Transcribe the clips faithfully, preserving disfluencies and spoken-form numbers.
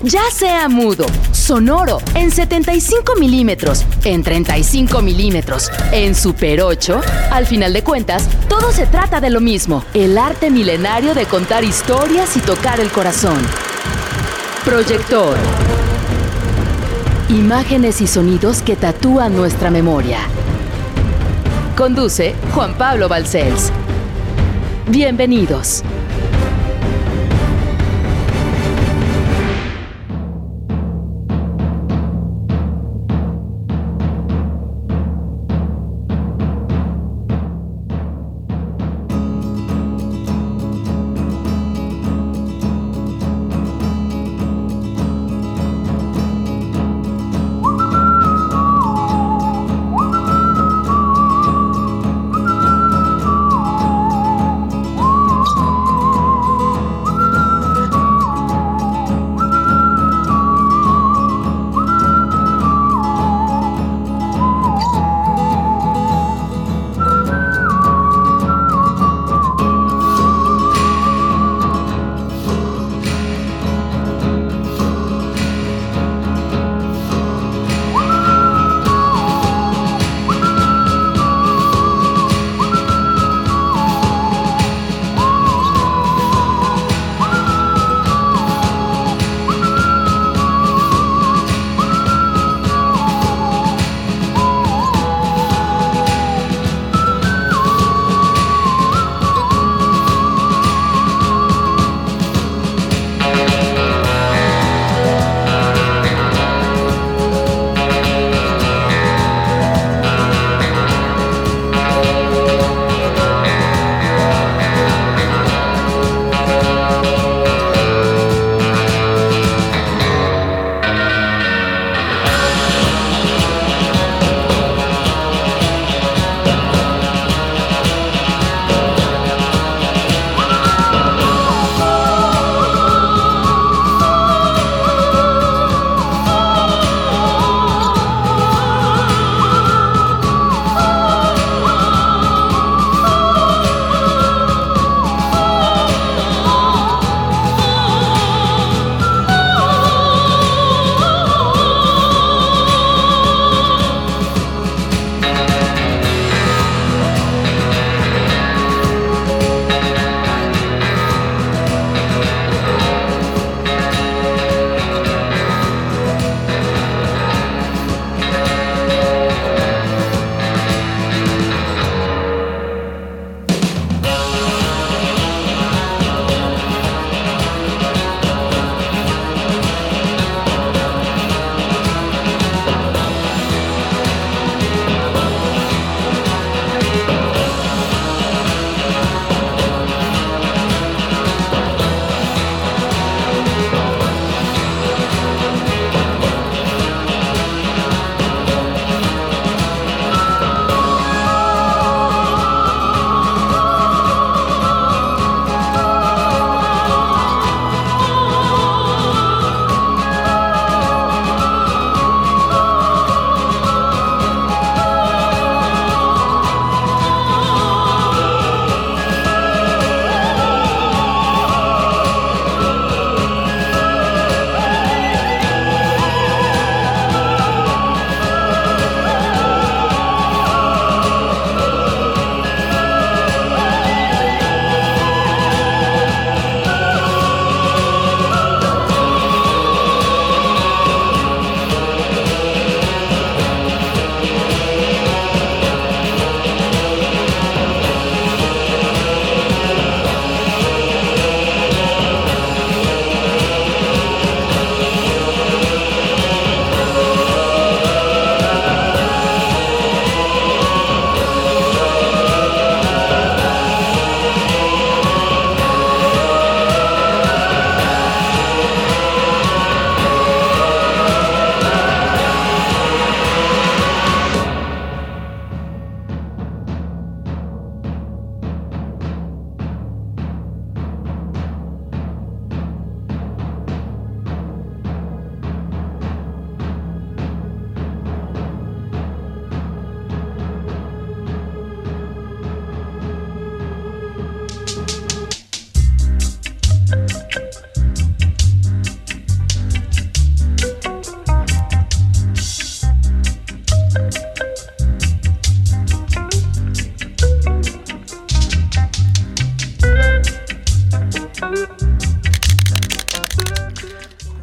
Ya sea mudo, sonoro, en setenta y cinco milímetros, en treinta y cinco milímetros, en Super ocho, al final de cuentas, todo se trata de lo mismo, el arte milenario de contar historias y tocar el corazón. Proyector. Imágenes y sonidos que tatúan nuestra memoria. Conduce Juan Pablo Balcells. Bienvenidos.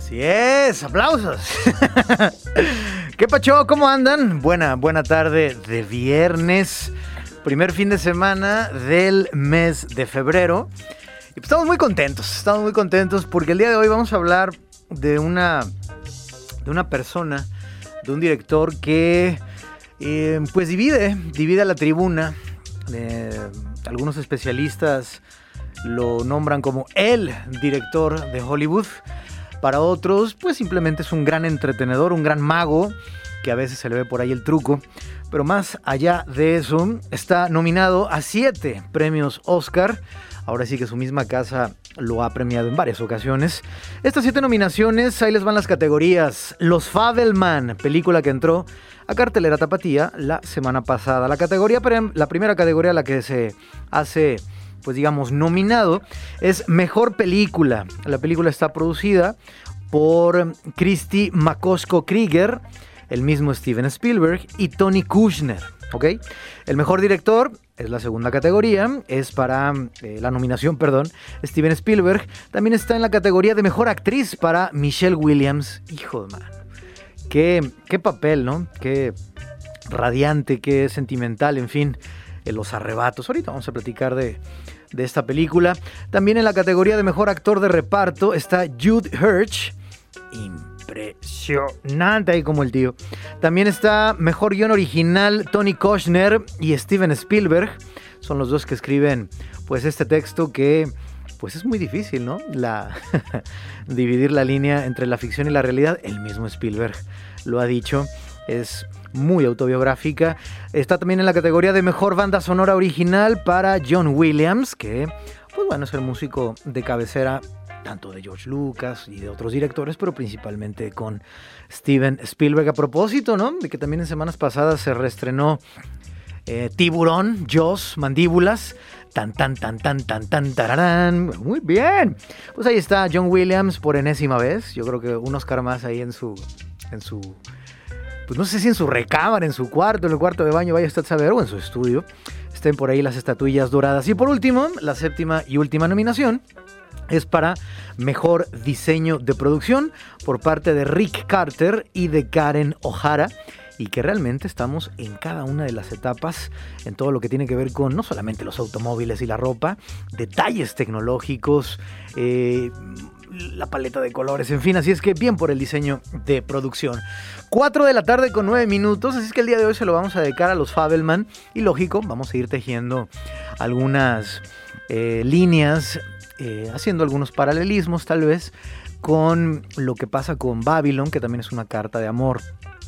Así es, aplausos. ¿Qué pacho? ¿Cómo andan? Buena, buena tarde de viernes, primer fin de semana del mes de febrero. Y pues estamos muy contentos, estamos muy contentos porque el día de hoy vamos a hablar de una, de una persona, de un director que eh, pues divide, divide a la tribuna. Eh, algunos especialistas lo nombran como el director de Hollywood. Para otros, pues simplemente es un gran entretenedor, un gran mago, que a veces se le ve por ahí el truco. Pero más allá de eso, está nominado a siete premios Oscar. Ahora sí que su misma casa lo ha premiado en varias ocasiones. Estas siete nominaciones, ahí les van las categorías. Los Fabelman, película que entró a cartelera tapatía la semana pasada. La categoría, la primera categoría a la que se hace, pues digamos, nominado es Mejor Película. La película está producida por Christy McCusker, el mismo Steven Spielberg y Tony Kushner, ¿ok? El Mejor Director es la segunda categoría, es para eh, la nominación, perdón, Steven Spielberg. También está en la categoría de Mejor Actriz para Michelle Williams. Hijo de mano, qué, qué papel, ¿no? Qué radiante, qué sentimental, en fin, en los arrebatos. Ahorita vamos a platicar de, de esta película. También en la categoría de Mejor Actor de Reparto está Jude Hirsch. Impresionante ahí como el tío. También está Mejor Guión Original Tony Kushner y Steven Spielberg. Son los dos que escriben pues este texto que pues es muy difícil, ¿no? La dividir la línea entre la ficción y la realidad. El mismo Spielberg lo ha dicho. Es muy autobiográfica. Está también en la categoría de Mejor Banda Sonora Original para John Williams, que pues bueno, es el músico de cabecera tanto de George Lucas y de otros directores, pero principalmente con Steven Spielberg. A propósito, ¿no? De que también en semanas pasadas se reestrenó eh, Tiburón, Jaws, Mandíbulas. Tan, tan, tan, tan, tan, tan, tararán. Muy bien. Pues ahí está John Williams por enésima vez. Yo creo que un Oscar más ahí en su... En su pues no sé si en su recámara, en su cuarto, en el cuarto de baño, vaya usted a saber, o en su estudio. Estén por ahí las estatuillas doradas. Y por último, la séptima y última nominación es para Mejor Diseño de Producción por parte de Rick Carter y de Karen O'Hara, y que realmente estamos en cada una de las etapas, en todo lo que tiene que ver con no solamente los automóviles y la ropa, detalles tecnológicos, eh, la paleta de colores, en fin, así es que bien por el diseño de producción. cuatro de la tarde con nueve minutos, así es que el día de hoy se lo vamos a dedicar a los Fabelman, y lógico, vamos a ir tejiendo algunas eh, líneas, Eh, haciendo algunos paralelismos tal vez con lo que pasa con Babylon, que también es una carta de amor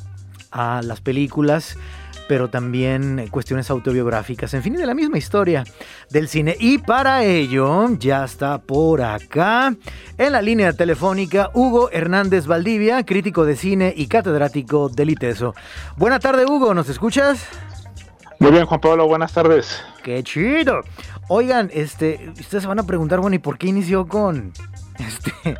a las películas, pero también cuestiones autobiográficas, en fin, de la misma historia del cine. Y para ello ya está por acá en la línea telefónica Hugo Hernández Valdivia, crítico de cine y catedrático del ITESO. Buena tarde, Hugo, ¿nos escuchas? Muy bien, Juan Pablo, buenas tardes. ¡Qué chido! Oigan, este, ustedes se van a preguntar, bueno, ¿y por qué inició con, este,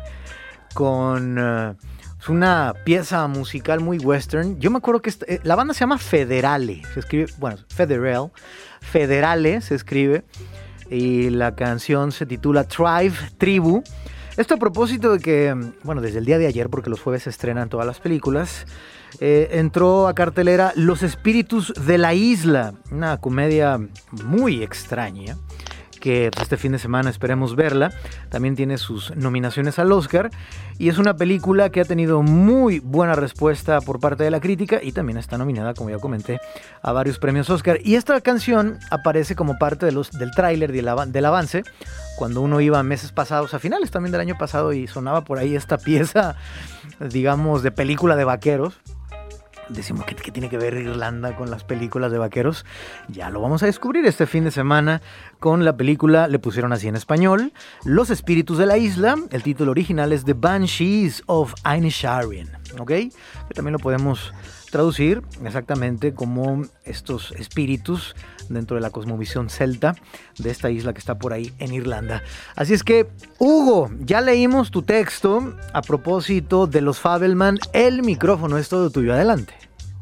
con uh, una pieza musical muy western? Yo me acuerdo que esta, eh, la banda se llama Federale, se escribe, bueno, Federal, Federale se escribe, y la canción se titula Tribe, Tribu. Esto a propósito de que, bueno, desde el día de ayer, porque los jueves se estrenan todas las películas, eh, entró a cartelera Los Espíritus de la Isla, una comedia muy extraña, que este fin de semana esperemos verla. También tiene sus nominaciones al Oscar, y es una película que ha tenido muy buena respuesta por parte de la crítica, y también está nominada, como ya comenté, a varios premios Oscar. Y esta canción aparece como parte de los, del tráiler del, del avance, cuando uno iba meses pasados, a finales también del año pasado, y sonaba por ahí esta pieza, digamos, de película de vaqueros. Decimos, ¿qué, ¿qué tiene que ver Irlanda con las películas de vaqueros? Ya lo vamos a descubrir este fin de semana con la película, le pusieron así en español, Los Espíritus de la Isla. El título original es The Banshees of Inisherin, ¿ok? Que también lo podemos traducir exactamente como estos espíritus dentro de la cosmovisión celta de esta isla que está por ahí en Irlanda. Así es que, Hugo, ya leímos tu texto a propósito de los Fabelman. El micrófono es todo tuyo, adelante.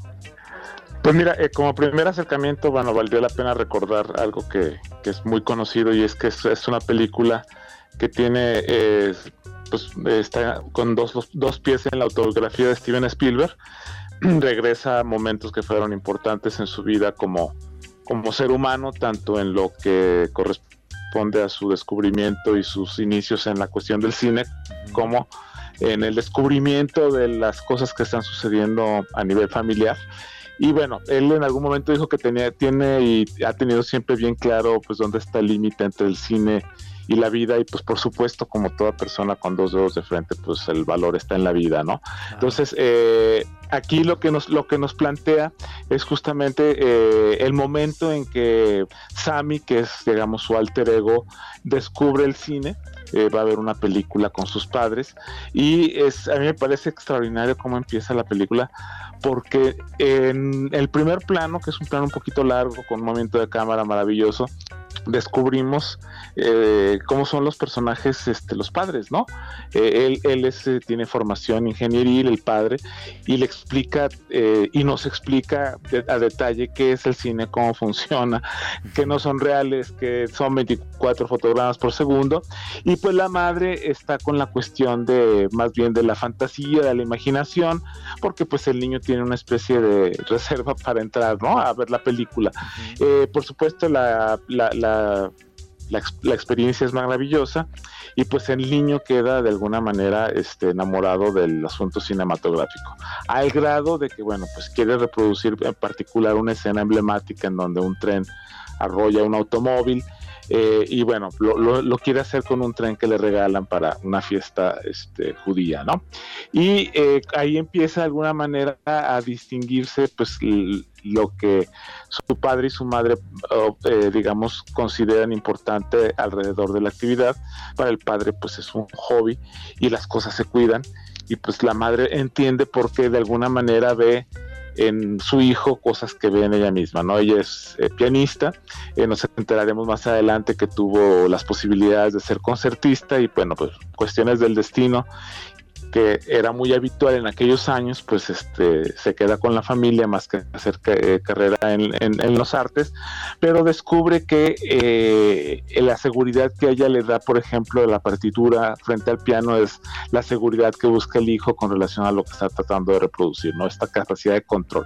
Pues mira, eh, como primer acercamiento, bueno, valió la pena recordar algo que, que es muy conocido, y es que es, es una película que tiene eh, pues está con dos, dos pies en la autobiografía de Steven Spielberg, regresa a momentos que fueron importantes en su vida como, como ser humano, tanto en lo que corresponde a su descubrimiento y sus inicios en la cuestión del cine, como en el descubrimiento de las cosas que están sucediendo a nivel familiar. Y bueno, él en algún momento dijo que tenía, tiene y ha tenido siempre bien claro pues dónde está el límite entre el cine y la vida, y pues por supuesto, como toda persona con dos dedos de frente, pues el valor está en la vida, ¿no? Ah. Entonces, eh, aquí lo que nos lo que nos plantea es justamente eh, el momento en que Sammy, que es, digamos, su alter ego, descubre el cine. Eh, va a ver una película con sus padres, y es, a mí me parece extraordinario cómo empieza la película, porque en el primer plano, que es un plano un poquito largo, con un movimiento de cámara maravilloso, descubrimos eh, cómo son los personajes, este, los padres, ¿no? Eh, él él es, eh, tiene formación ingenieril, el padre, y le explica eh, y nos explica de, a detalle qué es el cine, cómo funciona, que no son reales, que son veinticuatro fotogramas por segundo, y pues la madre está con la cuestión de más bien de la fantasía, de la imaginación, porque pues el niño tiene una especie de reserva para entrar, ¿no?, a ver la película. Uh-huh. Eh, por supuesto, la, la, la, la, la experiencia es maravillosa, y pues el niño queda de alguna manera este, enamorado del asunto cinematográfico, al grado de que, bueno, pues quiere reproducir en particular una escena emblemática en donde un tren arrolla un automóvil. Eh, y bueno, lo, lo, lo quiere hacer con un tren que le regalan para una fiesta este, judía, ¿no? Y eh, ahí empieza de alguna manera a distinguirse pues l- lo que su padre y su madre, eh, digamos, consideran importante alrededor de la actividad. Para el padre pues es un hobby y las cosas se cuidan, y pues la madre entiende por qué de alguna manera ve en su hijo cosas que ve en ella misma, ¿no? Ella es eh, pianista, eh, nos enteraremos más adelante que tuvo las posibilidades de ser concertista, y bueno, pues cuestiones del destino, que era muy habitual en aquellos años, pues este se queda con la familia más que hacer eh, carrera en, en, en los artes, pero descubre que eh, la seguridad que ella le da, por ejemplo, de la partitura frente al piano, es la seguridad que busca el hijo con relación a lo que está tratando de reproducir, ¿no? Esta capacidad de control.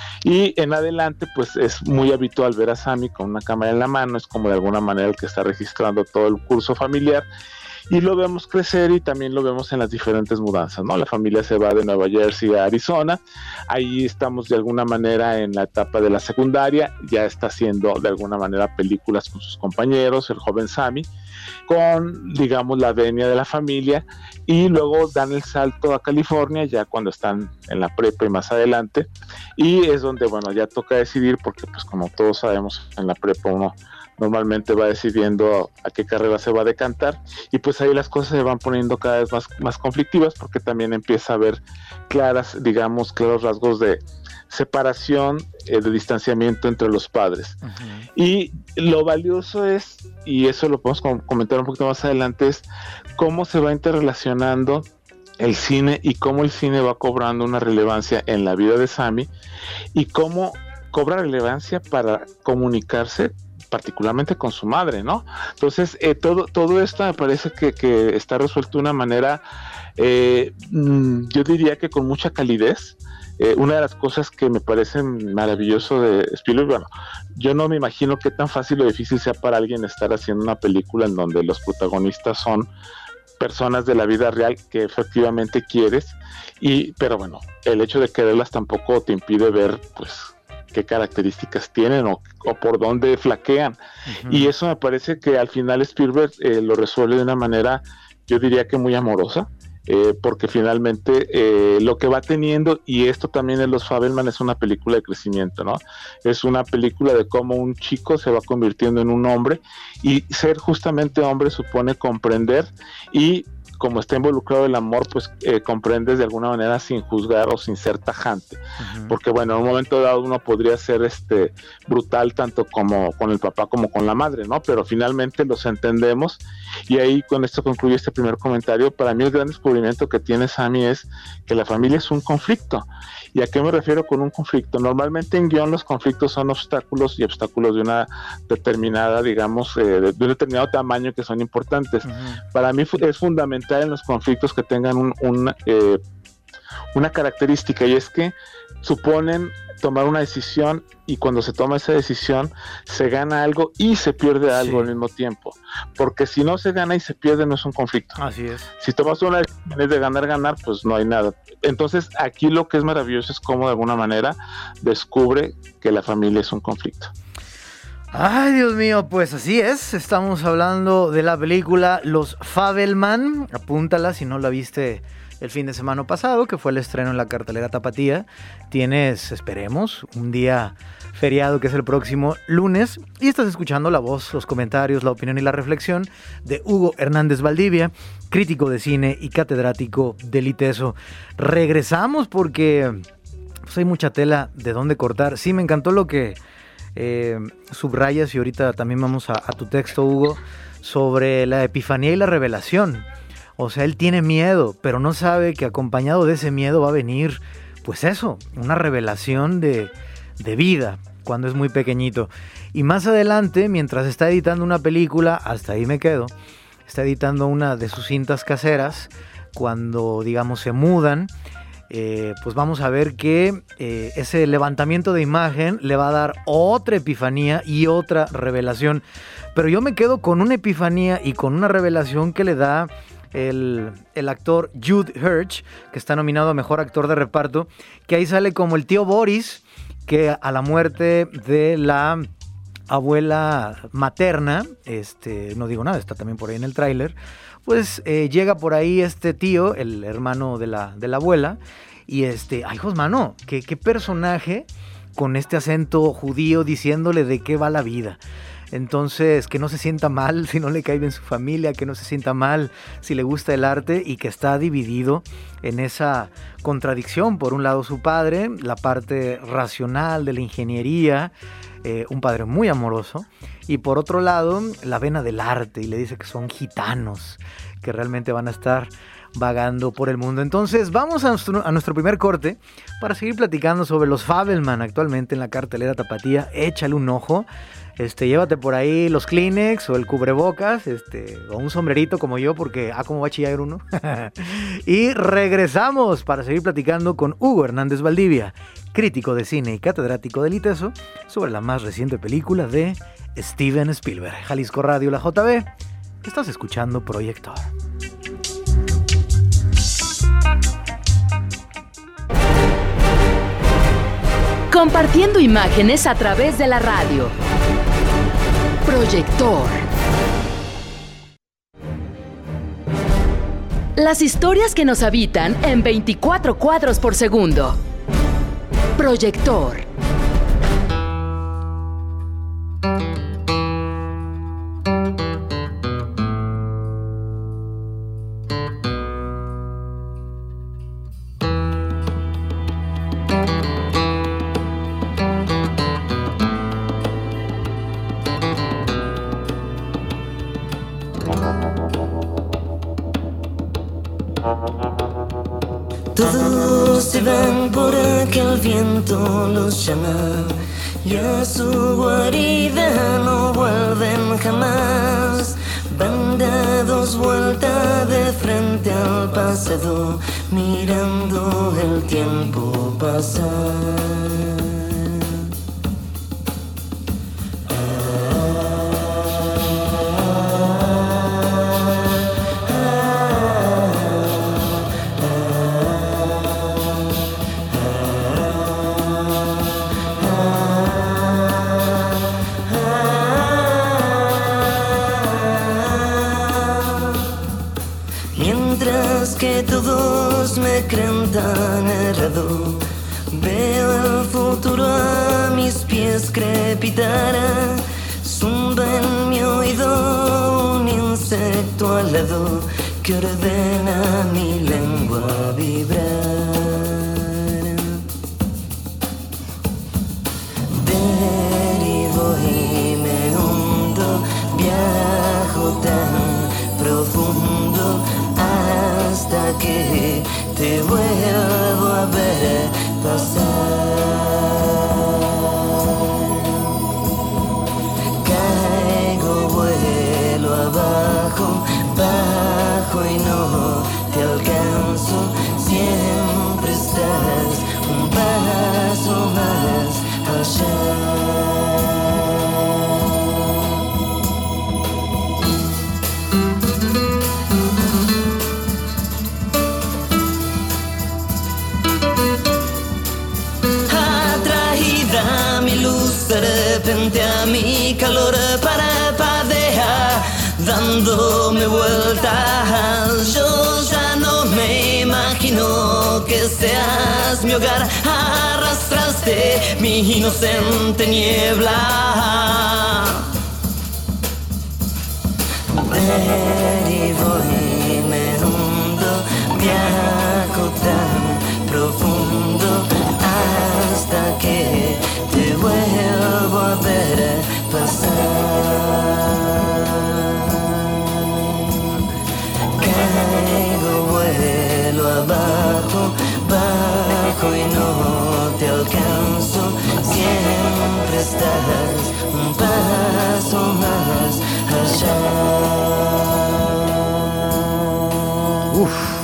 Y en adelante, pues es muy habitual ver a Sammy con una cámara en la mano, es como de alguna manera el que está registrando todo el curso familiar, y lo vemos crecer, y también lo vemos en las diferentes mudanzas, ¿no? La familia se va de Nueva Jersey a Arizona, ahí estamos de alguna manera en la etapa de la secundaria, ya está haciendo de alguna manera películas con sus compañeros, el joven Sammy, con, digamos, la venia de la familia, y luego dan el salto a California, ya cuando están en la prepa y más adelante, y es donde, bueno, ya toca decidir, porque pues como todos sabemos, en la prepa uno normalmente va decidiendo a qué carrera se va a decantar, y pues ahí las cosas se van poniendo cada vez más, más conflictivas, porque también empieza a haber claras, digamos, claros rasgos de separación, eh, de distanciamiento entre los padres. Uh-huh. Y lo valioso es, y eso lo podemos com- comentar un poquito más adelante, es cómo se va interrelacionando el cine, y cómo el cine va cobrando una relevancia en la vida de Sammy, y cómo cobra relevancia para comunicarse particularmente con su madre, ¿no? Entonces, eh, todo, todo esto me parece que, que está resuelto de una manera, eh, yo diría que con mucha calidez. Eh, una de las cosas que me parece maravilloso de Spielberg, bueno, yo no me imagino qué tan fácil o difícil sea para alguien estar haciendo una película en donde los protagonistas son personas de la vida real que efectivamente quieres, y, pero bueno, el hecho de quererlas tampoco te impide ver, pues, qué características tienen o, o por dónde flaquean. Uh-huh. Y eso me parece que al final Spielberg eh, lo resuelve de una manera, yo diría que muy amorosa, eh, porque finalmente eh, lo que va teniendo, y esto también en Los Fabelman, es una película de crecimiento, ¿no? Es una película de cómo un chico se va convirtiendo en un hombre, y ser justamente hombre supone comprender, y como está involucrado el amor, pues eh, comprendes de alguna manera sin juzgar o sin ser tajante. Uh-huh. Porque bueno, en un momento dado uno podría ser este brutal tanto como con el papá como con la madre, ¿no? Pero finalmente los entendemos, y ahí con esto concluye este primer comentario. Para mí el gran descubrimiento que tiene Sammy es que la familia es un conflicto. ¿Y a qué me refiero con un conflicto? Normalmente en guión los conflictos son obstáculos, y obstáculos de una determinada, digamos, eh, de, de un determinado tamaño, que son importantes. Uh-huh. Para mí es fundamental evitar en los conflictos que tengan un, un, eh, una característica, y es que suponen tomar una decisión, y cuando se toma esa decisión se gana algo y se pierde algo sí. al mismo tiempo, porque si no se gana y se pierde no es un conflicto. Así es. Si tomas una decisión de ganar, ganar, pues no hay nada. Entonces aquí lo que es maravilloso es cómo de alguna manera descubre que la familia es un conflicto. Ay, Dios mío, pues así es. Estamos hablando de la película Los Fabelman. Apúntala si no la viste el fin de semana pasado, que fue el estreno en la cartelera Tapatía. Tienes, esperemos, un día feriado que es el próximo lunes, y estás escuchando la voz, los comentarios, la opinión y la reflexión de Hugo Hernández Valdivia, crítico de cine y catedrático del ITESO. Regresamos porque pues, hay mucha tela de dónde cortar. Sí, me encantó lo que eh, subrayas, y ahorita también vamos a, a tu texto, Hugo, sobre la epifanía y la revelación. O sea, él tiene miedo, pero no sabe que acompañado de ese miedo va a venir, pues eso, una revelación de, de vida cuando es muy pequeñito. Y más adelante, mientras está editando una película, hasta ahí me quedo, está editando una de sus cintas caseras, cuando, digamos, se mudan, eh, pues vamos a ver que eh, ese levantamiento de imagen le va a dar otra epifanía y otra revelación. Pero yo me quedo con una epifanía y con una revelación que le da El, el actor Jude Hirsch, que está nominado a Mejor Actor de Reparto, que ahí sale como el tío Boris, que a la muerte de la abuela materna, este, no digo nada, está también por ahí en el tráiler, pues eh, llega por ahí este tío, el hermano de la, de la abuela, y este, ay, hijos, mano, ¿qué, qué personaje con este acento judío diciéndole de qué va la vida. Entonces, que no se sienta mal si no le cae bien su familia, que no se sienta mal si le gusta el arte, y que está dividido en esa contradicción. Por un lado su padre, la parte racional de la ingeniería, eh, un padre muy amoroso, y por otro lado la vena del arte, y le dice que son gitanos, que realmente van a estar vagando por el mundo. Entonces vamos a nuestro, a nuestro primer corte para seguir platicando sobre Los Fabelman actualmente en la cartelera Tapatía. Échale un ojo. Este, llévate por ahí los Kleenex o el cubrebocas, este, o un sombrerito como yo, porque ah, cómo va a chillar uno. Y regresamos para seguir platicando con Hugo Hernández Valdivia, crítico de cine y catedrático del ITESO, sobre la más reciente película de Steven Spielberg. Jalisco Radio, la J B. Estás escuchando Proyector. Compartiendo imágenes a través de la radio. Proyector. Las historias que nos habitan en veinticuatro cuadros por segundo. Proyector. Todos se van porque el viento los llama, y a su guarida no vuelven jamás. Van dados vuelta de frente al pasado, mirando el tiempo pasar. Que todos me creen tan errado, veo el futuro a mis pies crepitar. Zumba en mi oído un insecto alado que ordena mi lengua vibrar. Derivo y me hundo, viajo tan profundo hasta que te vuelvo a ver pasar. Caigo, vuelo abajo, bajo y no dándome vueltas. Yo ya no me imagino que seas mi hogar. Arrastraste mi inocente niebla. Derivo y me hundo, viajo tan profundo hasta que te vuelvo a ver pasar. Caigo, vuelo abajo, bajo y no te alcanzo. Siempre estás un paso más allá. Uf.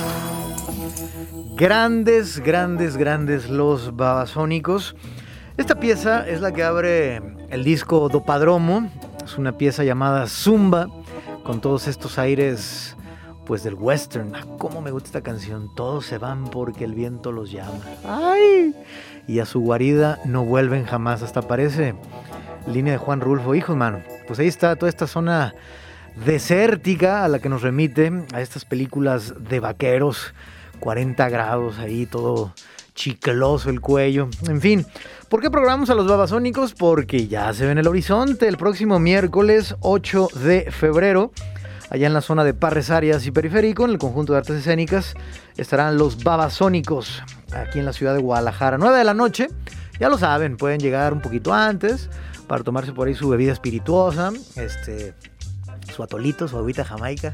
Grandes, grandes, grandes los Babasónicos. Esta pieza es la que abre el disco Dopadromo. Es una pieza llamada Zumba, con todos estos aires pues del western. Ah, cómo me gusta esta canción. Todos se van porque el viento los llama. ¡Ay! Y a su guarida no vuelven jamás. Hasta parece línea de Juan Rulfo. Hijos, mano. Pues ahí está toda esta zona desértica a la que nos remite a estas películas de vaqueros. cuarenta grados ahí, todo chicloso el cuello. En fin, ¿por qué programamos a los Babasónicos? Porque ya se ve en el horizonte. El próximo miércoles ocho de febrero, allá en la zona de Parres Arias y Periférico, en el conjunto de artes escénicas, estarán los Babasónicos, aquí en la ciudad de Guadalajara. nueve de la noche, ya lo saben, pueden llegar un poquito antes para tomarse por ahí su bebida espirituosa, este... su atolito, su agüita jamaica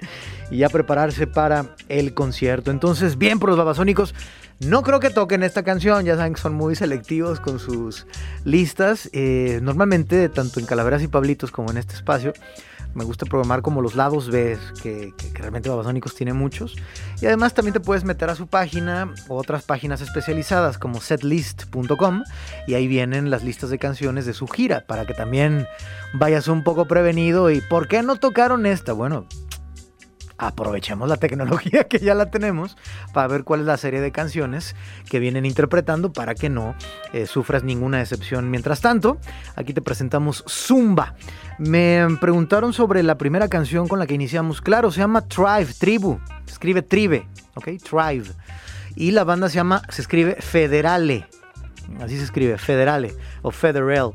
y ya prepararse para el concierto. Entonces, bien por los Babasónicos. No creo que toquen esta canción, ya saben que son muy selectivos con sus listas. Eh, normalmente, tanto en Calaveras y Pablitos como en este espacio, me gusta programar como los lados B, que, que, que realmente Babasónicos tiene muchos. Y además también te puedes meter a su página o otras páginas especializadas como setlist punto com y ahí vienen las listas de canciones de su gira para que también vayas un poco prevenido. ¿Y por qué no tocaron esta? Bueno, aprovechemos la tecnología que ya la tenemos para ver cuál es la serie de canciones que vienen interpretando para que no eh, sufras ninguna decepción. Mientras tanto, aquí te presentamos Zumba. Me preguntaron sobre la primera canción con la que iniciamos. Claro, se llama Tribe, Tribu. Se escribe Tribe, ¿ok? Tribe. Y la banda se llama, se escribe Federale. Así se escribe, Federale o Federal.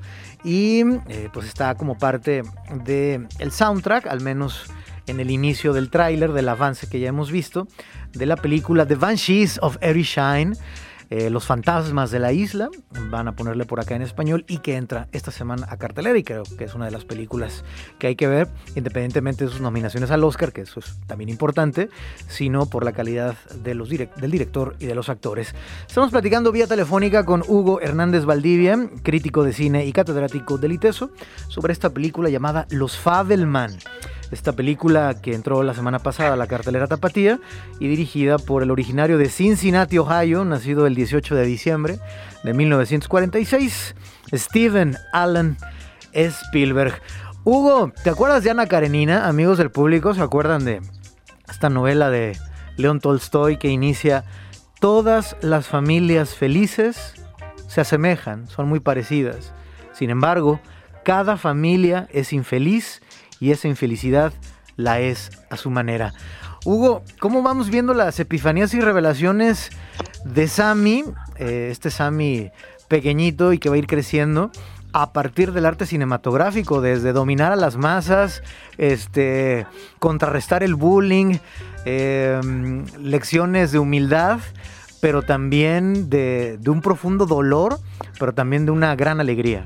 Y eh, pues está como parte del soundtrack, al menos en el inicio del tráiler, del avance que ya hemos visto, de la película The Banshees of Inisherin, eh, Los Fantasmas de la Isla, van a ponerle por acá en español, y que entra esta semana a cartelera, y creo que es una de las películas que hay que ver, independientemente de sus nominaciones al Oscar, que eso es también importante, sino por la calidad de los direct- del director y de los actores. Estamos platicando vía telefónica con Hugo Hernández Valdivia, crítico de cine y catedrático del ITESO, sobre esta película llamada Los Fabelman. Esta película que entró la semana pasada a la cartelera tapatía y dirigida por el originario de Cincinnati, Ohio, nacido el dieciocho de diciembre de mil novecientos cuarenta y seis, Steven Alan Spielberg. Hugo, ¿te acuerdas de Ana Karenina? Amigos del público, ¿se acuerdan de esta novela de León Tolstoy que inicia: todas las familias felices se asemejan, son muy parecidas. Sin embargo, cada familia es infeliz y esa infelicidad la es a su manera. Hugo, ¿cómo vamos viendo las epifanías y revelaciones de Sammy, eh, este Sammy pequeñito y que va a ir creciendo a partir del arte cinematográfico, desde dominar a las masas, este, contrarrestar el bullying, eh, lecciones de humildad, pero también de, de un profundo dolor, pero también de una gran alegría?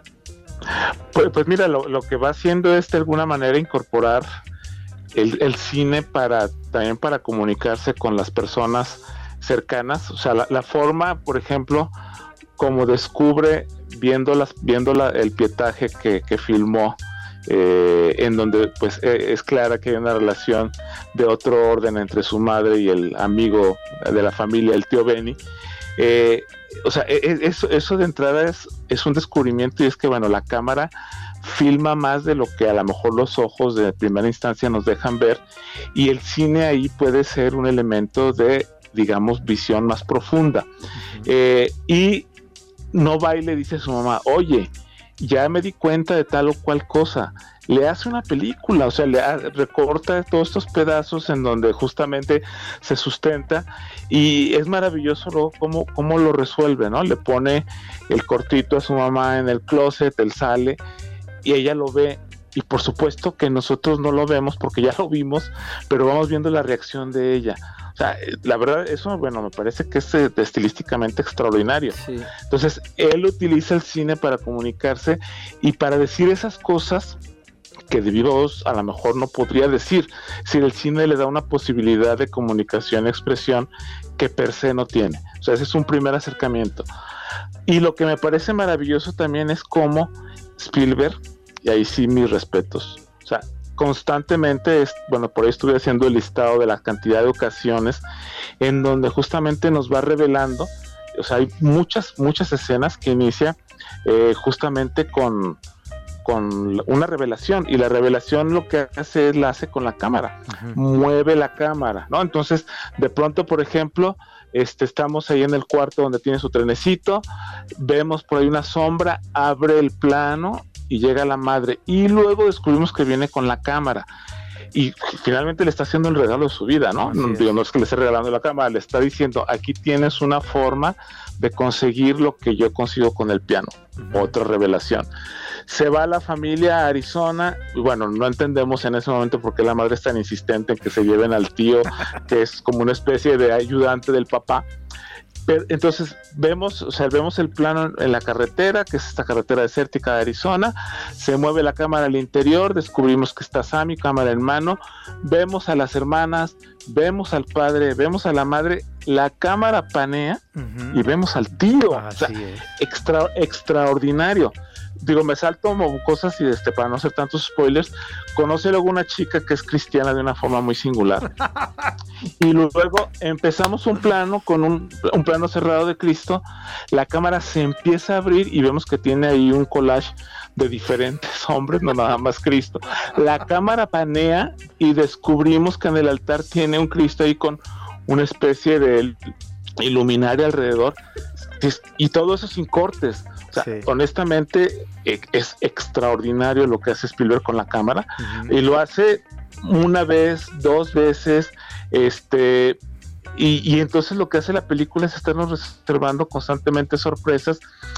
Pues, pues mira, lo, lo que va haciendo es de alguna manera incorporar el, el cine para también para comunicarse con las personas cercanas. O sea, la, la forma, por ejemplo, como descubre viendo, las, viendo la, el pietaje que, que filmó, eh, en donde pues eh, es clara que hay una relación de otro orden entre su madre y el amigo de la familia, el tío Benny. Eh, o sea, eso, eso de entrada es, es un descubrimiento, y es que, bueno, la cámara filma más de lo que a lo mejor los ojos de primera instancia nos dejan ver, y el cine ahí puede ser un elemento de, digamos, visión más profunda. Eh, y no va y le dice a su mamá: oye, ya me di cuenta de tal o cual cosa, le hace una película, o sea, le ha, recorta todos estos pedazos en donde justamente se sustenta, y es maravilloso luego cómo, cómo lo resuelve, ¿no? Le pone el cortito a su mamá en el closet, él sale y ella lo ve, y por supuesto que nosotros no lo vemos porque ya lo vimos, pero vamos viendo la reacción de ella. O sea, la verdad, eso, bueno, me parece que es eh, estilísticamente extraordinario. Sí. Entonces, él utiliza el cine para comunicarse y para decir esas cosas que de viva voz a lo mejor no podría decir. Si el cine le da una posibilidad de comunicación y expresión que per se no tiene. O sea, ese es un primer acercamiento. Y lo que me parece maravilloso también es cómo Spielberg, y ahí sí mis respetos, o sea, constantemente, es, bueno, por ahí estuve haciendo el listado de la cantidad de ocasiones en donde justamente nos va revelando, o sea, hay muchas, muchas escenas que inicia eh, justamente con, con una revelación, y la revelación lo que hace es la hace con la cámara, uh-huh. mueve la cámara, ¿no? Entonces, de pronto, por ejemplo, este, estamos ahí en el cuarto donde tiene su trenecito, vemos por ahí una sombra, abre el plano y llega la madre, y luego descubrimos que viene con la cámara, y finalmente le está haciendo el regalo de su vida, ¿no? No, digo, no es que le esté regalando la cámara, le está diciendo, aquí tienes una forma de conseguir lo que yo consigo con el piano. Uh-huh. Otra revelación. Se va la familia a Arizona, y bueno, no entendemos en ese momento por qué la madre es tan insistente en que se lleven al tío, que es como una especie de ayudante del papá. Pero, entonces vemos, o sea, vemos el plano en la carretera, que es esta carretera desértica de Arizona, se mueve la cámara al interior, descubrimos que está Sammy, cámara en mano, vemos a las hermanas, vemos al padre, vemos a la madre, la cámara panea uh-huh. y vemos al tío. Ah, o sea, extra, extraordinario. Digo, me salto como cosas y este, para no hacer tantos spoilers, conoce luego una chica que es cristiana de una forma muy singular. Y luego empezamos un plano con un, un plano cerrado de Cristo, la cámara se empieza a abrir y vemos que tiene ahí un collage de diferentes hombres, no nada más Cristo. La cámara panea y descubrimos que en el altar tiene un Cristo ahí con una especie de iluminario alrededor, y todo eso sin cortes. O sea, sí. honestamente es extraordinario lo que hace Spielberg con la cámara, uh-huh. y lo hace una vez, dos veces, este, y, y entonces lo que hace la película es estarnos reservando constantemente sorpresas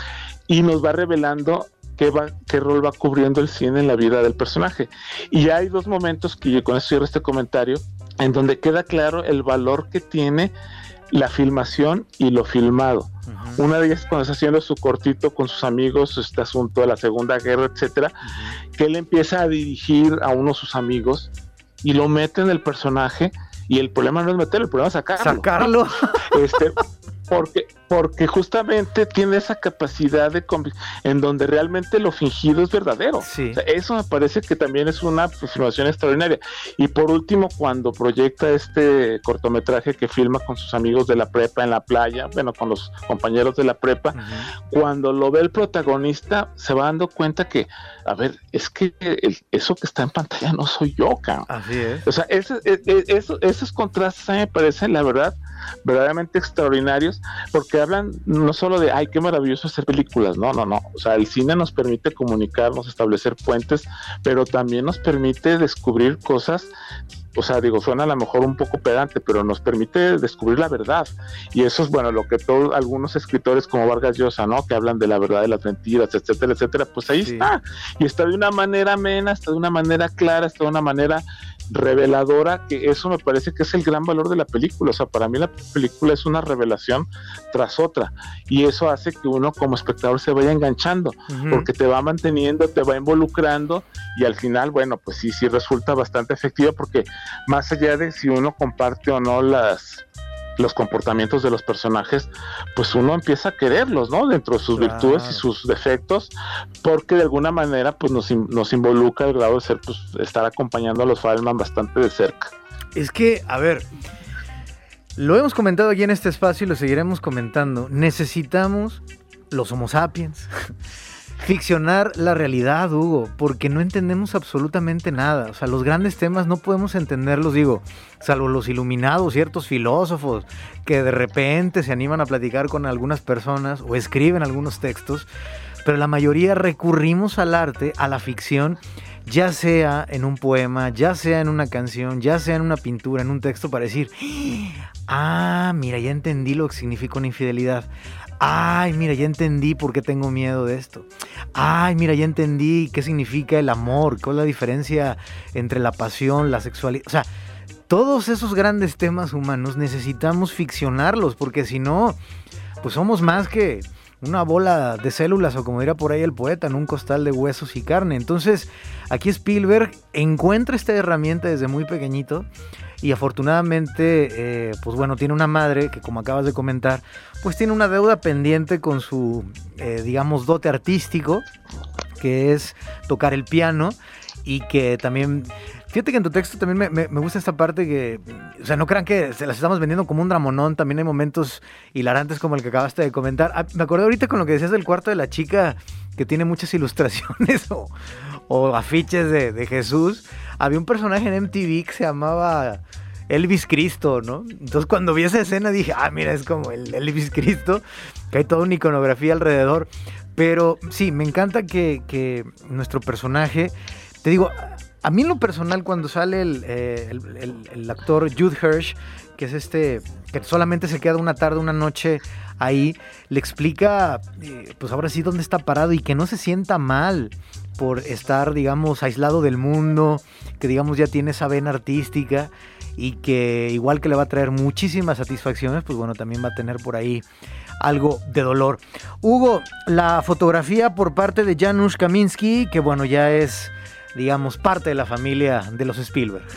y nos va revelando qué, va, qué rol va cubriendo el cine en la vida del personaje. Y hay dos momentos que yo con eso cierro este comentario, en donde queda claro el valor que tiene la filmación y lo filmado. Uh-huh. Una de ellas es cuando está haciendo su cortito con sus amigos, este asunto de la Segunda Guerra, etcétera, uh-huh. que él empieza a dirigir a uno de sus amigos y lo mete en el personaje, y el problema no es meterlo, el problema es sacarlo. Sacarlo. Este, porque, porque justamente tiene esa capacidad de conv- en donde realmente lo fingido es verdadero. Sí. O sea, eso me parece que también es una filmación extraordinaria. Y por último, cuando proyecta este cortometraje que filma con sus amigos de la prepa en la playa, bueno, con los compañeros de la prepa, uh-huh. cuando lo ve el protagonista, se va dando cuenta que, a ver, es que el, eso que está en pantalla no soy yo, cabrón. Así es. O sea, ese, ese, eso, esos contrastes a mí me parecen, la verdad, verdaderamente extraordinarios, porque hablan no solo de, ay, qué maravilloso hacer películas, no, no, no, o sea, el cine nos permite comunicarnos, establecer puentes, pero también nos permite descubrir cosas, o sea, digo, suena a lo mejor un poco pedante, pero nos permite descubrir la verdad, y eso es, bueno, lo que todos, algunos escritores como Vargas Llosa, ¿no?, que hablan de la verdad de las mentiras, etcétera, etcétera, pues ahí sí. está, y está de una manera amena, está de una manera clara, está de una manera reveladora, que eso me parece que es el gran valor de la película. O sea, para mí la película es una revelación tras otra, y eso hace que uno como espectador se vaya enganchando, uh-huh. porque te va manteniendo, te va involucrando, y al final, bueno, pues sí, sí resulta bastante efectiva, porque más allá de si uno comparte o no las los comportamientos de los personajes, pues uno empieza a quererlos, ¿no? Dentro de sus claro. virtudes y sus defectos, porque de alguna manera pues nos, nos involucra el grado de ser, pues, estar acompañando a los Feldman bastante de cerca. Es que, a ver, lo hemos comentado aquí en este espacio y lo seguiremos comentando. Necesitamos los Homo sapiens ficcionar la realidad, Hugo, porque no entendemos absolutamente nada. O sea, los grandes temas no podemos entenderlos, digo, salvo los iluminados, ciertos filósofos que de repente se animan a platicar con algunas personas o escriben algunos textos, pero la mayoría recurrimos al arte, a la ficción, ya sea en un poema, ya sea en una canción, ya sea en una pintura, en un texto, para decir, ah, mira, ya entendí lo que significa una infidelidad. Ay, mira, ya entendí por qué tengo miedo de esto. Ay, mira, ya entendí qué significa el amor, cuál es la diferencia entre la pasión, la sexualidad. O sea, todos esos grandes temas humanos necesitamos ficcionarlos, porque si no, pues somos más que una bola de células, o como diría por ahí el poeta, en un costal de huesos y carne. Entonces, aquí Spielberg encuentra esta herramienta desde muy pequeñito. Y afortunadamente, eh, pues bueno, tiene una madre que, como acabas de comentar, pues tiene una deuda pendiente con su, eh, digamos, dote artístico, que es tocar el piano, y que también, fíjate que en tu texto también me, me, me gusta esta parte que, o sea, no crean que se las estamos vendiendo como un dramonón, también hay momentos hilarantes como el que acabaste de comentar. Ah, me acordé ahorita con lo que decías del cuarto de la chica, que tiene muchas ilustraciones o, o afiches de, de Jesús. Había un personaje en M T V que se llamaba Elvis Cristo, ¿no? Entonces cuando vi esa escena dije, ah, mira, es como el Elvis Cristo, que hay toda una iconografía alrededor. Pero sí, me encanta que, que nuestro personaje, te digo, a mí en lo personal cuando sale el, eh, el, el, el actor Jude Hirsch, que es este, que solamente se queda una tarde, una noche ahí, le explica, eh, pues ahora sí, dónde está parado y que no se sienta mal por estar, digamos, aislado del mundo, que digamos ya tiene esa vena artística y que igual que le va a traer muchísimas satisfacciones, pues bueno, también va a tener por ahí algo de dolor. Hugo, la fotografía por parte de Janusz Kaminski, que bueno, ya es, digamos, parte de la familia de los Spielberg.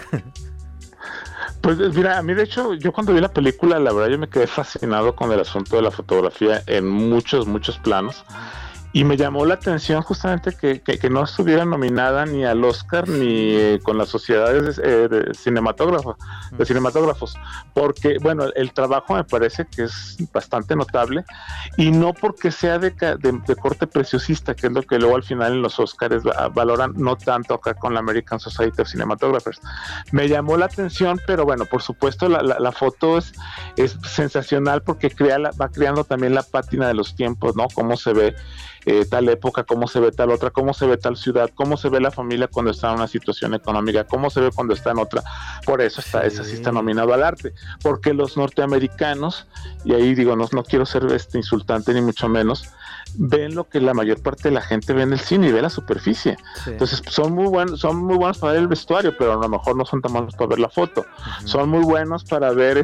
Pues mira, a mí de hecho, yo cuando vi la película, la verdad yo me quedé fascinado con el asunto de la fotografía en muchos, muchos planos. Y me llamó la atención justamente que, que, que no estuviera nominada ni al Oscar ni eh, con las sociedades eh, de cinematógrafos, de cinematógrafos, porque bueno, el trabajo me parece que es bastante notable y no porque sea de, de, de corte preciosista, que es lo que luego al final en los Oscars valoran, no tanto acá con la American Society of Cinematographers. Me llamó la atención, pero bueno, por supuesto la, la, la foto es, es sensacional porque crea la, va creando también la pátina de los tiempos, ¿no? Cómo se ve Eh, tal época, cómo se ve tal otra, cómo se ve tal ciudad, cómo se ve la familia cuando está en una situación económica, cómo se ve cuando está en otra. Por eso está, sí. Ese sí está nominado al arte, porque los norteamericanos, y ahí digo, no, no quiero ser este insultante ni mucho menos, ven lo que la mayor parte de la gente ve en el cine y ve la superficie. Sí. Entonces son muy buenos, son muy buenos para ver el vestuario, pero a lo mejor no son tan buenos para ver la foto. Uh-huh. Son muy buenos para ver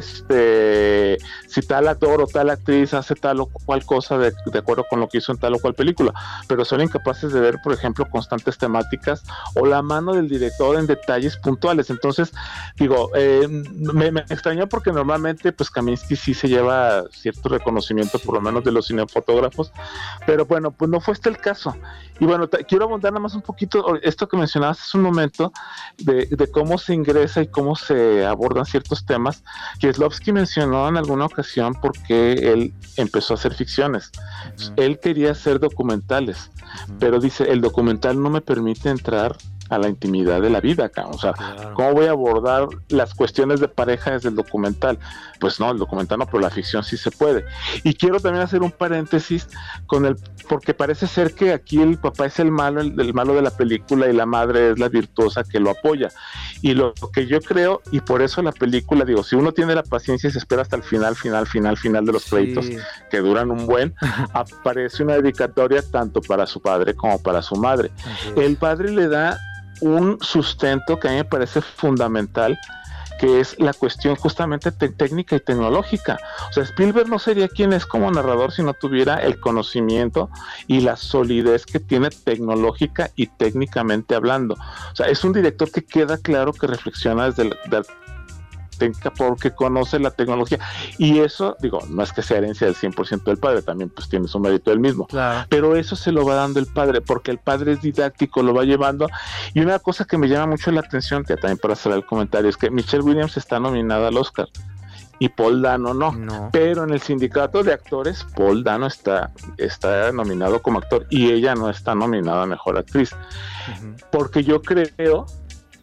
este si tal actor o tal actriz hace tal o cual cosa de, de acuerdo con lo que hizo en tal o cual película, pero son incapaces de ver, por ejemplo, constantes temáticas o la mano del director en detalles puntuales. Entonces, digo, eh, me, me extrañó porque normalmente pues Kaminski sí se lleva cierto reconocimiento, por lo menos de los cinefotógrafos, pero bueno, pues no fue este el caso. Y bueno, te, quiero abundar nada más un poquito esto que mencionabas hace un momento de, de cómo se ingresa y cómo se abordan ciertos temas. Kieslowski mencionó en alguna ocasión porque él empezó a hacer ficciones. Uh-huh. Él quería hacer documentales, uh-huh. pero dice, el documental no me permite entrar a la intimidad de la vida, o sea, claro. ¿Cómo voy a abordar las cuestiones de pareja desde el documental? Pues no, el documental no, pero la ficción sí se puede. Y quiero también hacer un paréntesis con el, porque parece ser que aquí el papá es el malo, el, el malo de la película y la madre es la virtuosa que lo apoya. Y lo que yo creo, y por eso la película, digo, si uno tiene la paciencia y se espera hasta el final, final, final, final de los créditos, sí. que duran un buen, aparece una dedicatoria tanto para su padre como para su madre. Uh-huh. El padre le da un sustento que a mí me parece fundamental, que es la cuestión justamente te- técnica y tecnológica. O sea, Spielberg no sería quien es como narrador si no tuviera el conocimiento y la solidez que tiene tecnológica y técnicamente hablando. O sea, es un director que queda claro que reflexiona desde la, de, técnica porque conoce la tecnología, y eso, digo, no es que sea herencia del cien por ciento del padre, también pues tiene su mérito él mismo, claro. Pero eso se lo va dando el padre, porque el padre es didáctico, lo va llevando. Y una cosa que me llama mucho la atención, que también para cerrar el comentario, es que Michelle Williams está nominada al Oscar y Paul Dano no, no. Pero en el sindicato de actores Paul Dano está, está nominado como actor y ella no está nominada a mejor actriz, uh-huh. Porque yo creo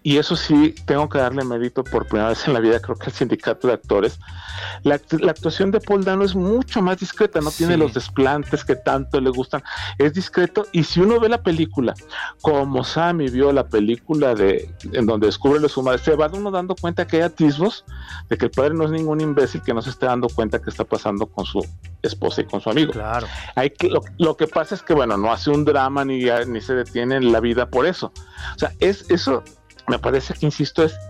y eso sí, tengo que darle mérito por primera vez en la vida, creo que al sindicato de actores, la, la actuación de Paul Dano es mucho más discreta, no sí. tiene los desplantes que tanto le gustan, es discreto, y si uno ve la película, como Sammy vio la película de en donde descubre a su madre, se va uno dando cuenta que hay atisbos de que el padre no es ningún imbécil que no se esté dando cuenta que está pasando con su esposa y con su amigo. Claro. Hay que, lo, lo que pasa es que, bueno, no hace un drama ni, ni se detiene en la vida por eso. O sea, es eso... Me parece que, insisto, es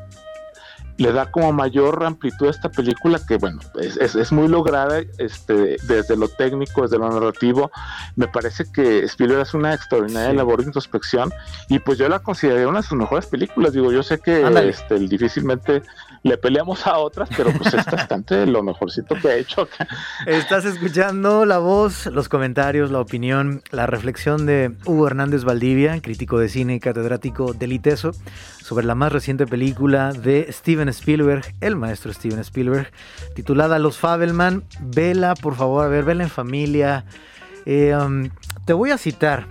le da como mayor amplitud a esta película que, bueno, es, es, es muy lograda este, desde lo técnico, desde lo narrativo. Me parece que Spielberg hace una extraordinaria sí. labor de introspección y pues yo la consideraría una de sus mejores películas. Digo, yo sé que este, difícilmente le peleamos a otras, pero pues es bastante lo mejorcito que ha hecho acá. Estás escuchando la voz, los comentarios, la opinión, la reflexión de Hugo Hernández Valdivia, crítico de cine y catedrático del ITESO, sobre la más reciente película de Steven Spielberg, el maestro Steven Spielberg, titulada Los Fabelman. Vela, por favor, a ver, vela en familia. Eh, um, te voy a citar.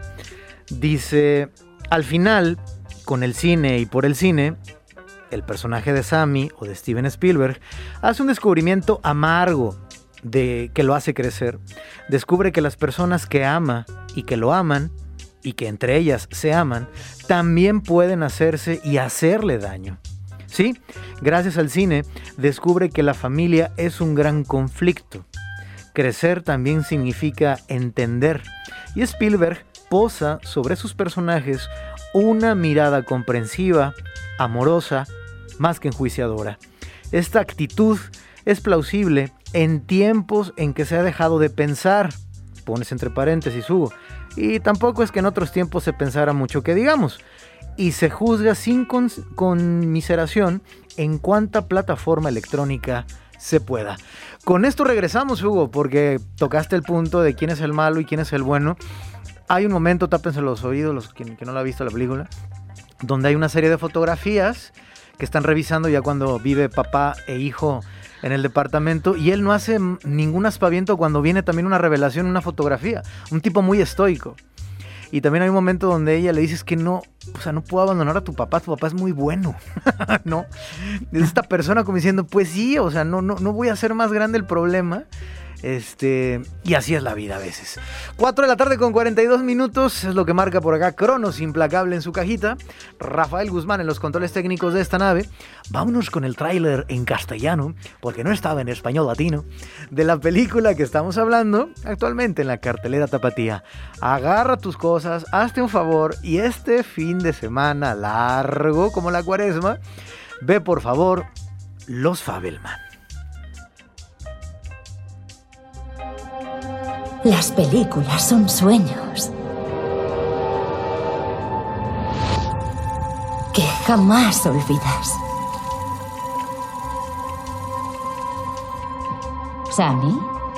Dice, al final, con el cine y por el cine, el personaje de Sammy o de Steven Spielberg hace un descubrimiento amargo de que lo hace crecer. Descubre que las personas que ama y que lo aman y que entre ellas se aman también pueden hacerse y hacerle daño. Sí, gracias al cine descubre que la familia es un gran conflicto. Crecer también significa entender. Y Spielberg posa sobre sus personajes una mirada comprensiva, amorosa, más que enjuiciadora. Esta actitud es plausible en tiempos en que se ha dejado de pensar, pones entre paréntesis, Hugo, y tampoco es que en otros tiempos se pensara mucho que digamos, y se juzga sin con- conmiseración en cuánta plataforma electrónica se pueda. Con esto regresamos, Hugo, porque tocaste el punto de quién es el malo y quién es el bueno. Hay un momento, tápense los oídos, los que, que no la ha visto la película, donde hay una serie de fotografías que están revisando ya cuando vive papá e hijo en el departamento, y él no hace ningún aspaviento cuando viene también una revelación, una fotografía, un tipo muy estoico. Y también hay un momento donde ella le dice es que no, o sea, no puedo abandonar a tu papá, tu papá es muy bueno. No, es esta persona como diciendo, pues sí, o sea, no, no, no voy a hacer más grande el problema. Este, y así es la vida a veces. cuatro de la tarde con cuarenta y dos minutos es lo que marca por acá Cronos Implacable en su cajita. Rafael Guzmán en los controles técnicos de esta nave. Vámonos con el tráiler en castellano, porque no estaba en español latino, de la película que estamos hablando actualmente en la cartelera tapatía. Agarra tus cosas, hazte un favor y este fin de semana largo como la cuaresma, ve por favor Los Fabelman. Las películas son sueños que jamás olvidas. ¿Sammy?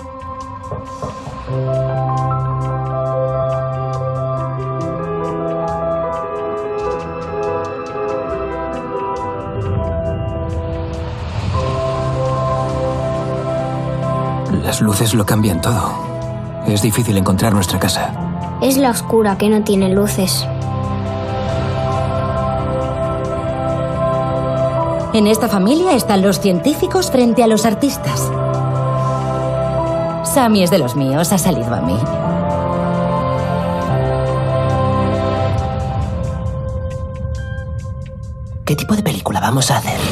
Las luces lo cambian todo. Es difícil encontrar nuestra casa. Es la oscura que no tiene luces. En esta familia están los científicos frente a los artistas. Sammy es de los míos, ha salido a mí. ¿Qué tipo de película vamos a hacer?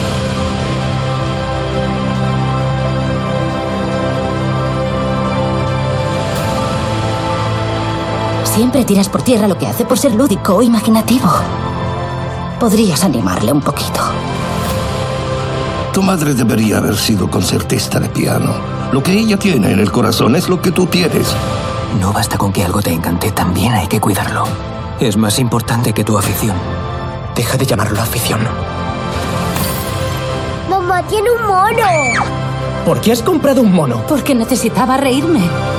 Siempre tiras por tierra lo que hace por ser lúdico o imaginativo. Podrías animarle un poquito. Tu madre debería haber sido concertista de piano. Lo que ella tiene en el corazón es lo que tú tienes. No basta con que algo te encante, también hay que cuidarlo. Es más importante que tu afición. Deja de llamarlo afición. ¡Mamá tiene un mono! ¿Por qué has comprado un mono? Porque necesitaba reírme.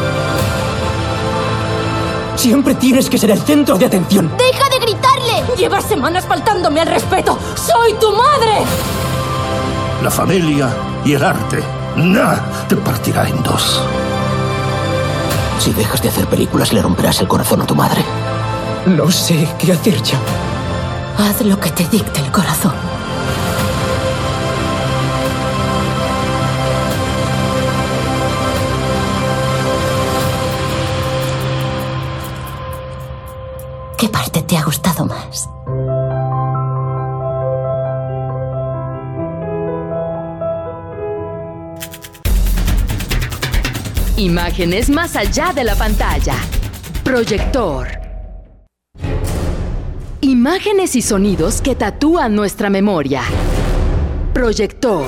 Siempre tienes que ser el centro de atención. ¡Deja de gritarle! Llevas semanas faltándome al respeto. ¡Soy tu madre! La familia y el arte. Nada te partirá en dos. Si dejas de hacer películas, le romperás el corazón a tu madre. No sé qué hacer ya. Haz lo que te dicte el corazón. ¿Qué parte te ha gustado más? Imágenes más allá de la pantalla. Proyector. Imágenes y sonidos que tatúan nuestra memoria. Proyector.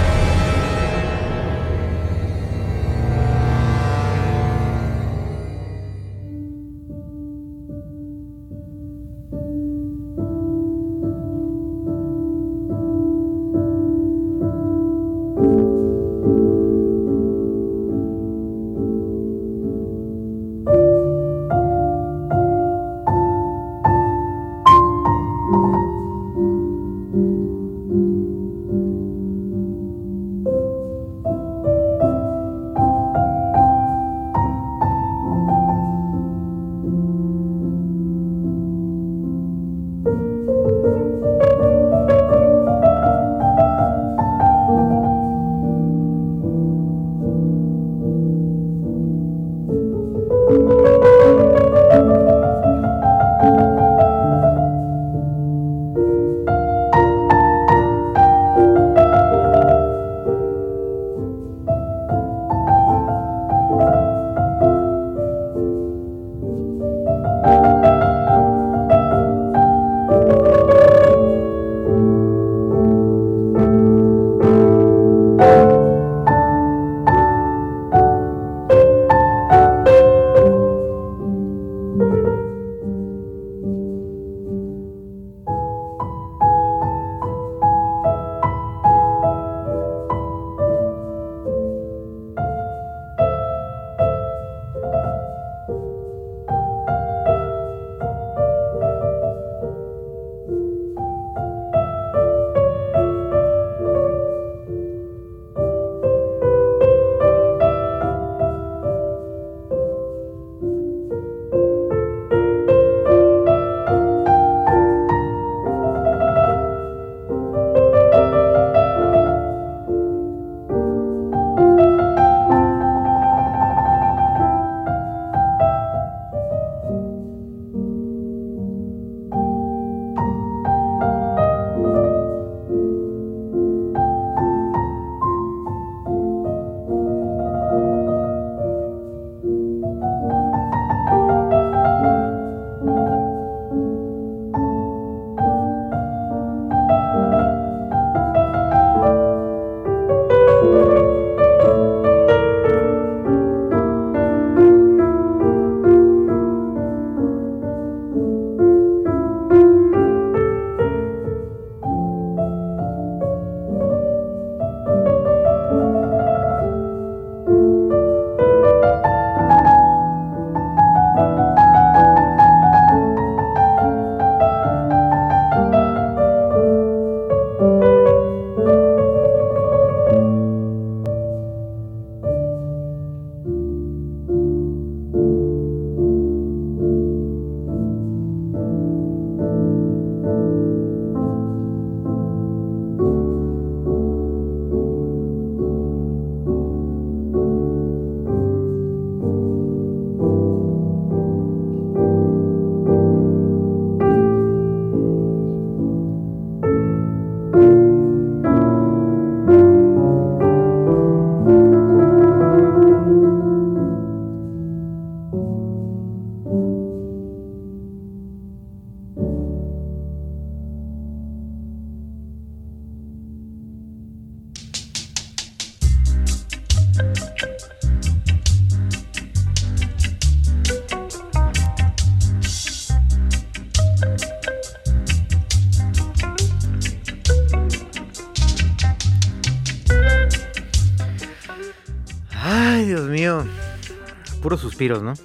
puros suspiros, ¿no?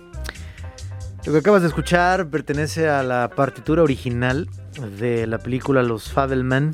Lo que acabas de escuchar pertenece a la partitura original de la película Los Fabelman.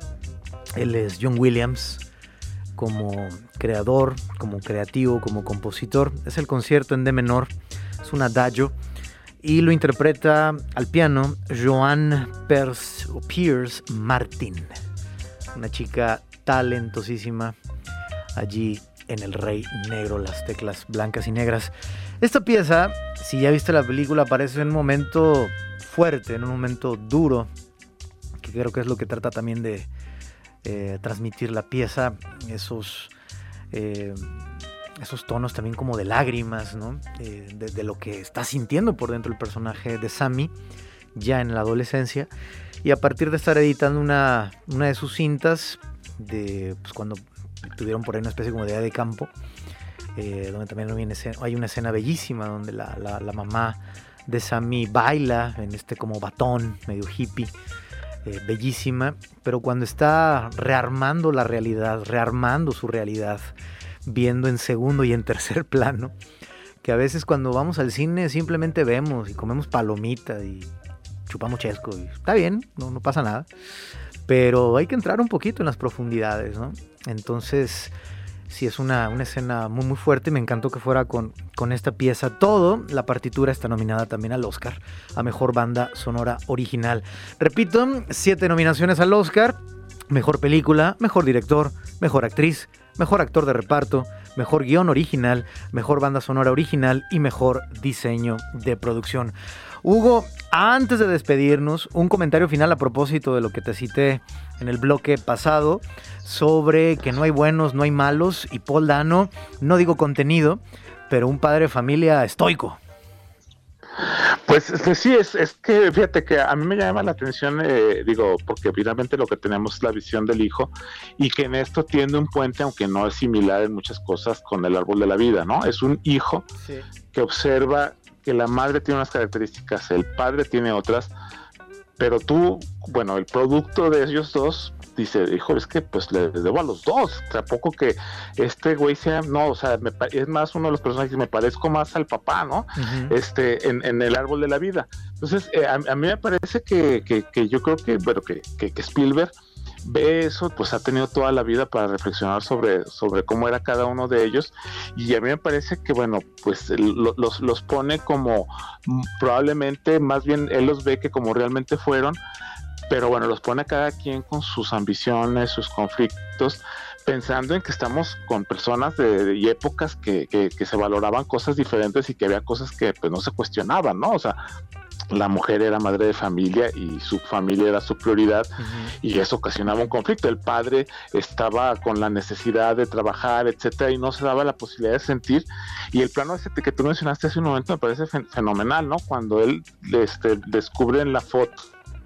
Él es John Williams, como creador, como creativo, como compositor. Es el concierto en D menor, es un adagio. y lo interpreta al piano Joan Pers, Pierce Martin, una chica talentosísima allí en El Rey Negro, las teclas blancas y negras. Esta pieza, si ya viste la película, aparece en un momento fuerte, en un momento duro, que creo que es lo que trata también de eh, transmitir la pieza, esos, eh, esos tonos también como de lágrimas, ¿no? Eh, de, de lo que está sintiendo por dentro el personaje de Sammy, ya en la adolescencia, y a partir de estar editando una, una de sus cintas, de pues, cuando tuvieron por ahí una especie como de día de campo, eh, donde también hay una, escena, hay una escena bellísima donde la, la, la mamá de Sammy baila en este como batón medio hippie, eh, bellísima, pero cuando está rearmando la realidad, rearmando su realidad, viendo en segundo y en tercer plano, que a veces cuando vamos al cine simplemente vemos y comemos palomita y chupamos chesco y está bien, no, no pasa nada, pero hay que entrar un poquito en las profundidades, ¿no? Entonces sí, es una, una escena muy muy fuerte. Me encantó que fuera con, con esta pieza. Todo, la partitura está nominada también al Oscar a Mejor Banda Sonora Original. Repito, siete nominaciones al Oscar: Mejor Película, Mejor Director, Mejor Actriz, Mejor Actor de Reparto, Mejor Guión Original, Mejor Banda Sonora Original y Mejor Diseño de Producción. Hugo, antes de despedirnos, un comentario final a propósito de lo que te cité en el bloque pasado sobre que no hay buenos, no hay malos, y Paul Dano, no digo contenido, pero un padre de familia estoico. Pues, pues sí, es, es que fíjate que a mí me llama la atención, eh, digo, porque finalmente lo que tenemos es la visión del hijo, y que en esto tiende un puente, aunque no es similar en muchas cosas, con el árbol de la vida, ¿no? Es un hijo sí. que observa que la madre tiene unas características, el padre tiene otras, pero tú, bueno, el producto de ellos dos dice, hijo, es que pues le debo a los dos, tampoco que este güey sea, no, o sea, me, es más uno de los personajes que me parezco más al papá, ¿no? Uh-huh. Este, en, en el árbol de la vida. Entonces, eh, a, a mí me parece que, que, que yo creo que, bueno, que, que, que Spielberg ve eso, pues ha tenido toda la vida para reflexionar sobre, sobre cómo era cada uno de ellos, y a mí me parece que, bueno, pues lo, los, los pone como, probablemente, más bien él los ve que como realmente fueron, pero bueno, los pone a cada quien con sus ambiciones, sus conflictos, pensando en que estamos con personas de, de y épocas que, que, que se valoraban cosas diferentes y que había cosas que pues no se cuestionaban, ¿no? O sea, la mujer era madre de familia y su familia era su prioridad, uh-huh. y eso ocasionaba un conflicto. El padre estaba con la necesidad de trabajar, etcétera, y no se daba la posibilidad de sentir. Y el plano ese que tú mencionaste hace un momento me parece fen- fenomenal, ¿no? Cuando él este, descubre en la foto,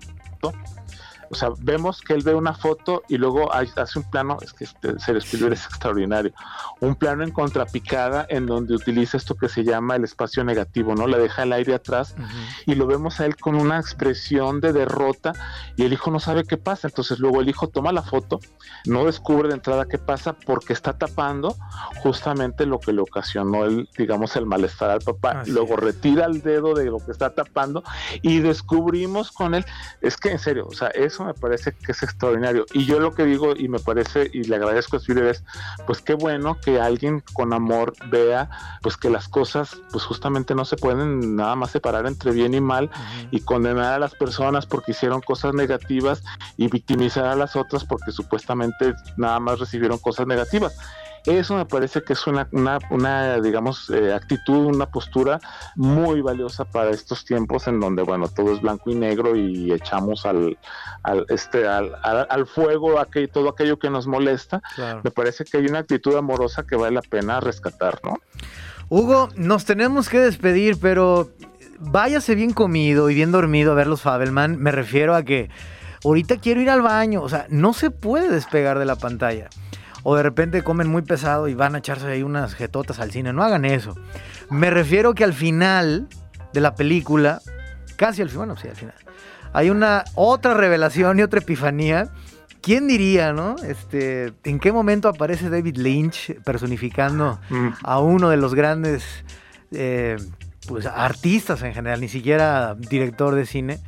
o sea, vemos que él ve una foto y luego hay, hace un plano, es que este, ser Spielberg es extraordinario, un plano en contrapicada en donde utiliza esto que se llama el espacio negativo, ¿no? Le deja el aire atrás, uh-huh. y lo vemos a él con una expresión de derrota, y el hijo no sabe qué pasa. Entonces luego el hijo toma la foto, no descubre de entrada qué pasa porque está tapando justamente lo que le ocasionó el, digamos, el malestar al papá. Así luego es. Retira el dedo de lo que está tapando y descubrimos con él, es que en serio, o sea, eso me parece que es extraordinario. Y yo lo que digo, y me parece, y le agradezco a Spielberg, es, pues qué bueno que alguien con amor vea, pues que las cosas, pues justamente no se pueden nada más separar entre bien y mal, uh-huh. y condenar a las personas porque hicieron cosas negativas y victimizar a las otras porque supuestamente nada más recibieron cosas negativas. Eso me parece que es una, una, una digamos, eh, actitud, una postura muy valiosa para estos tiempos en donde, bueno, todo es blanco y negro y echamos al, al, este, al, al, al fuego aquel, todo aquello que nos molesta. Claro. Me parece que hay una actitud amorosa que vale la pena rescatar, ¿no? Hugo, nos tenemos que despedir, pero váyase bien comido y bien dormido a ver los Fabelman. Me refiero a que ahorita quiero ir al baño, o sea, no se puede despegar de la pantalla. O de repente comen muy pesado y van a echarse ahí unas jetotas al cine. No hagan eso. Me refiero que al final de la película, casi al final, bueno, sí, al final, hay una otra revelación y otra epifanía. ¿Quién diría, no? Este, ¿en qué momento aparece David Lynch personificando mm. a uno de los grandes eh, pues, artistas en general, ni siquiera director de cine?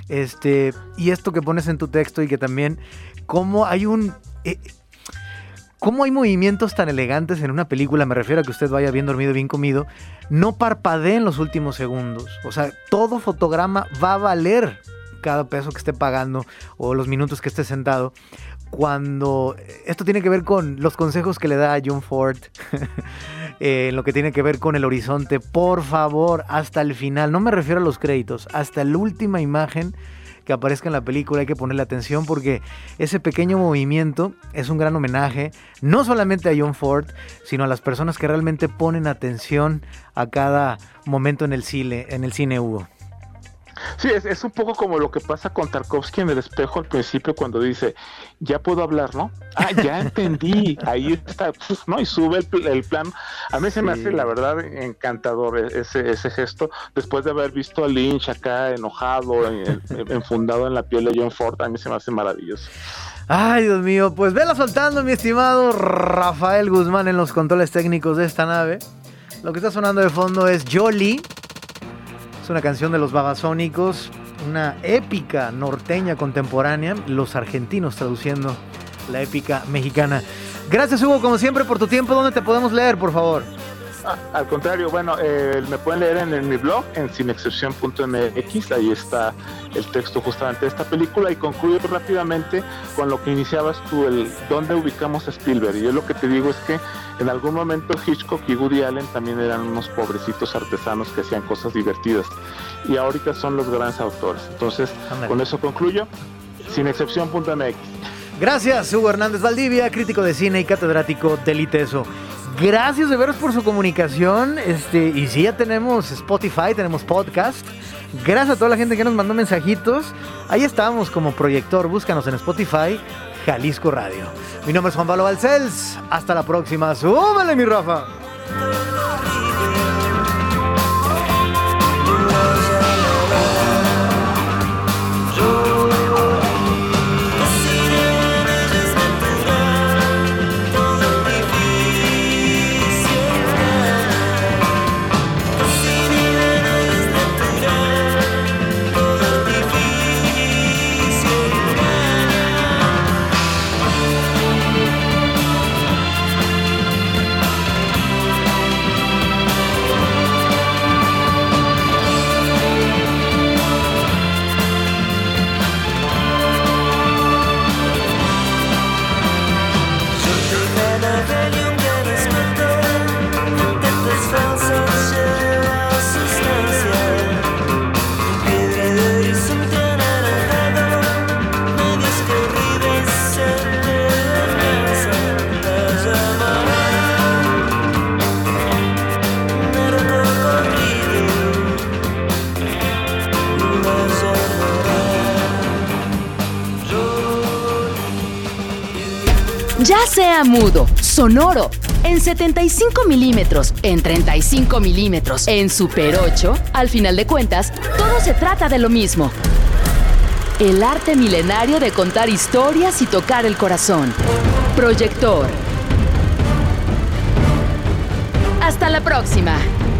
Este, y esto que pones en tu texto y que también, cómo hay un... Eh, ¿Cómo hay movimientos tan elegantes en una película? Me refiero a que usted vaya bien dormido, bien comido. No parpadee en los últimos segundos. O sea, todo fotograma va a valer cada peso que esté pagando o los minutos que esté sentado. Cuando esto tiene que ver con los consejos que le da a John Ford, eh, en lo que tiene que ver con el horizonte, por favor, hasta el final, no me refiero a los créditos, hasta la última imagen que aparezca en la película hay que ponerle atención, porque ese pequeño movimiento es un gran homenaje, no solamente a John Ford, sino a las personas que realmente ponen atención a cada momento en el cine, en el cine, Hugo. Sí, es, es un poco como lo que pasa con Tarkovsky en El espejo al principio, cuando dice, ya puedo hablar, ¿no? Ah, ya entendí, ahí está, ¿no? Y sube el, el plano. A mí se sí. me hace, la verdad, encantador ese, ese gesto, después de haber visto a Lynch acá enojado, en, enfundado en la piel de John Ford. A mí se me hace maravilloso. Ay, Dios mío, pues vela soltando, mi estimado Rafael Guzmán, en los controles técnicos de esta nave. Lo que está sonando de fondo es Jolie. Es una canción de los Babasónicos, una épica norteña contemporánea, los argentinos traduciendo la épica mexicana. Gracias, Hugo, como siempre, por tu tiempo. ¿Dónde te podemos leer, por favor? Ah, al contrario, bueno, eh, me pueden leer en, en mi blog, en sinexcepción punto m x, ahí está el texto justamente de esta película, y concluyo rápidamente con lo que iniciabas tú, el dónde ubicamos a Spielberg. Y yo lo que te digo es que en algún momento Hitchcock y Woody Allen también eran unos pobrecitos artesanos que hacían cosas divertidas, y ahorita son los grandes autores. Entonces, Amén. Con eso concluyo, sinexcepción punto m x. Gracias, Hugo Hernández Valdivia, crítico de cine y catedrático del ITESO. Gracias de veras por su comunicación. Este, y sí, ya tenemos Spotify, tenemos podcast. Gracias a toda la gente que nos mandó mensajitos. Ahí estamos como Proyector. Búscanos en Spotify, Jalisco Radio. Mi nombre es Juan Pablo Balcells. Hasta la próxima. ¡Súbele, mi Rafa! Ya sea mudo, sonoro, en setenta y cinco milímetros, en treinta y cinco milímetros, en Super ocho, al final de cuentas, todo se trata de lo mismo. El arte milenario de contar historias y tocar el corazón. Proyector. Hasta la próxima.